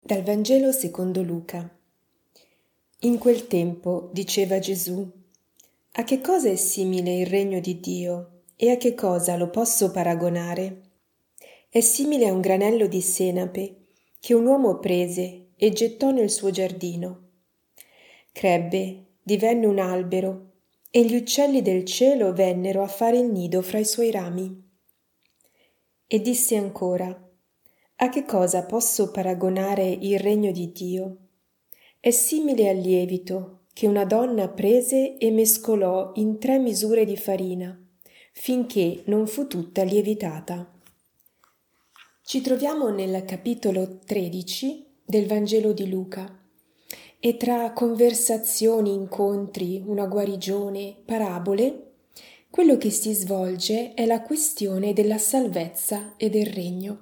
Dal Vangelo secondo Luca. In quel tempo diceva Gesù: a che cosa è simile il regno di Dio e a che cosa lo posso paragonare? È simile a un granello di senape che un uomo prese e gettò nel suo giardino. Crebbe, divenne un albero e gli uccelli del cielo vennero a fare il nido fra i suoi rami. E disse ancora: a che cosa posso paragonare il regno di Dio? È simile al lievito che una donna prese e mescolò in 3 misure di farina, finché non fu tutta lievitata. Ci troviamo nel capitolo 13 del Vangelo di Luca e tra conversazioni, incontri, una guarigione, parabole, quello che si svolge è la questione della salvezza e del regno.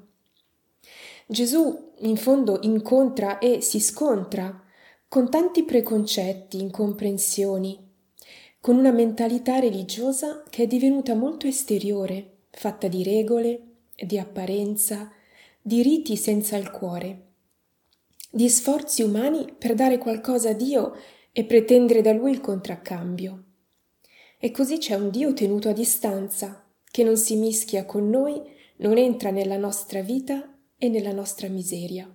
Gesù in fondo incontra e si scontra con tanti preconcetti, incomprensioni, con una mentalità religiosa che è divenuta molto esteriore, fatta di regole, di apparenza, di riti senza il cuore, di sforzi umani per dare qualcosa a Dio e pretendere da Lui il contraccambio. E così c'è un Dio tenuto a distanza, che non si mischia con noi, non entra nella nostra vita e nella nostra miseria.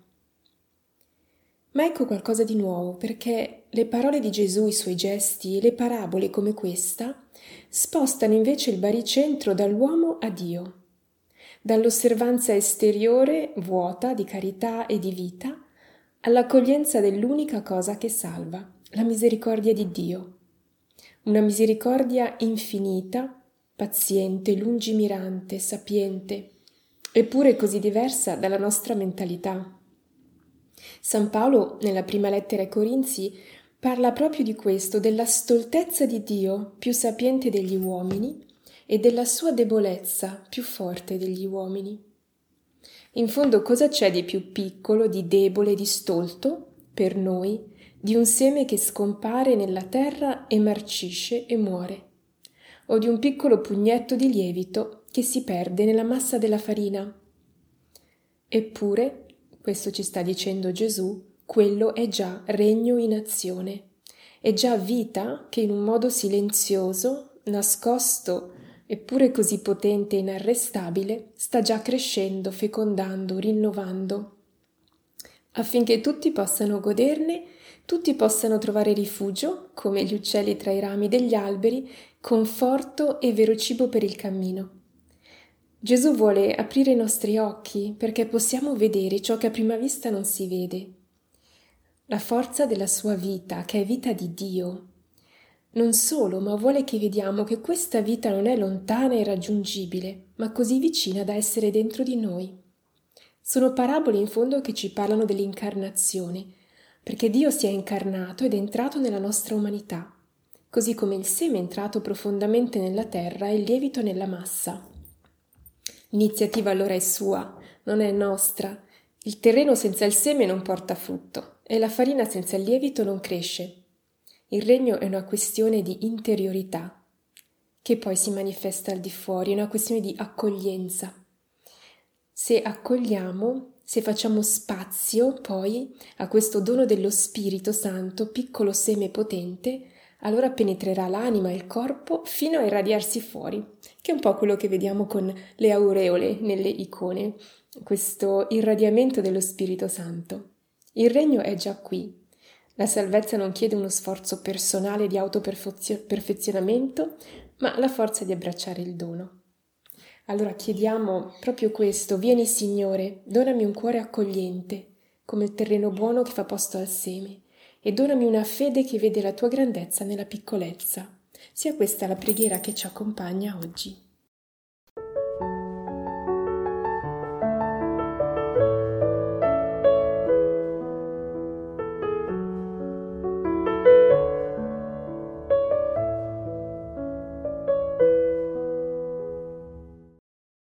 Ma ecco qualcosa di nuovo, perché le parole di Gesù, i suoi gesti e le parabole come questa spostano invece il baricentro dall'uomo a Dio, dall'osservanza esteriore vuota di carità e di vita all'accoglienza dell'unica cosa che salva, la misericordia di Dio. Una misericordia infinita, paziente, lungimirante, sapiente, eppure così diversa dalla nostra mentalità. San Paolo, nella prima lettera ai Corinzi, parla proprio di questo, della stoltezza di Dio, più sapiente degli uomini, e della sua debolezza, più forte degli uomini. In fondo, cosa c'è di più piccolo, di debole, di stolto, per noi, di un seme che scompare nella terra e marcisce e muore, o di un piccolo pugnetto di lievito che si perde nella massa della farina? Eppure, questo ci sta dicendo Gesù, quello è già regno in azione, è già vita che in un modo silenzioso, nascosto, eppure così potente e inarrestabile, sta già crescendo, fecondando, rinnovando, affinché tutti possano goderne, tutti possano trovare rifugio, come gli uccelli tra i rami degli alberi, conforto e vero cibo per il cammino. Gesù vuole aprire i nostri occhi perché possiamo vedere ciò che a prima vista non si vede. La forza della sua vita, che è vita di Dio. Non solo, ma vuole che vediamo che questa vita non è lontana e irraggiungibile, ma così vicina da essere dentro di noi. Sono parabole in fondo che ci parlano dell'incarnazione, perché Dio si è incarnato ed è entrato nella nostra umanità, così come il seme è entrato profondamente nella terra e il lievito nella massa. L'iniziativa allora è sua, non è nostra. Il terreno senza il seme non porta frutto e la farina senza il lievito non cresce. Il regno è una questione di interiorità, che poi si manifesta al di fuori, è una questione di accoglienza. Se accogliamo, se facciamo spazio poi a questo dono dello Spirito Santo, piccolo seme potente, allora penetrerà l'anima e il corpo fino a irradiarsi fuori, che è un po' quello che vediamo con le aureole nelle icone, questo irradiamento dello Spirito Santo. Il regno è già qui. La salvezza non chiede uno sforzo personale di autoperfezionamento, ma la forza di abbracciare il dono. Allora chiediamo proprio questo: vieni Signore, donami un cuore accogliente, come il terreno buono che fa posto al seme, e donami una fede che vede la tua grandezza nella piccolezza. Sia questa la preghiera che ci accompagna oggi.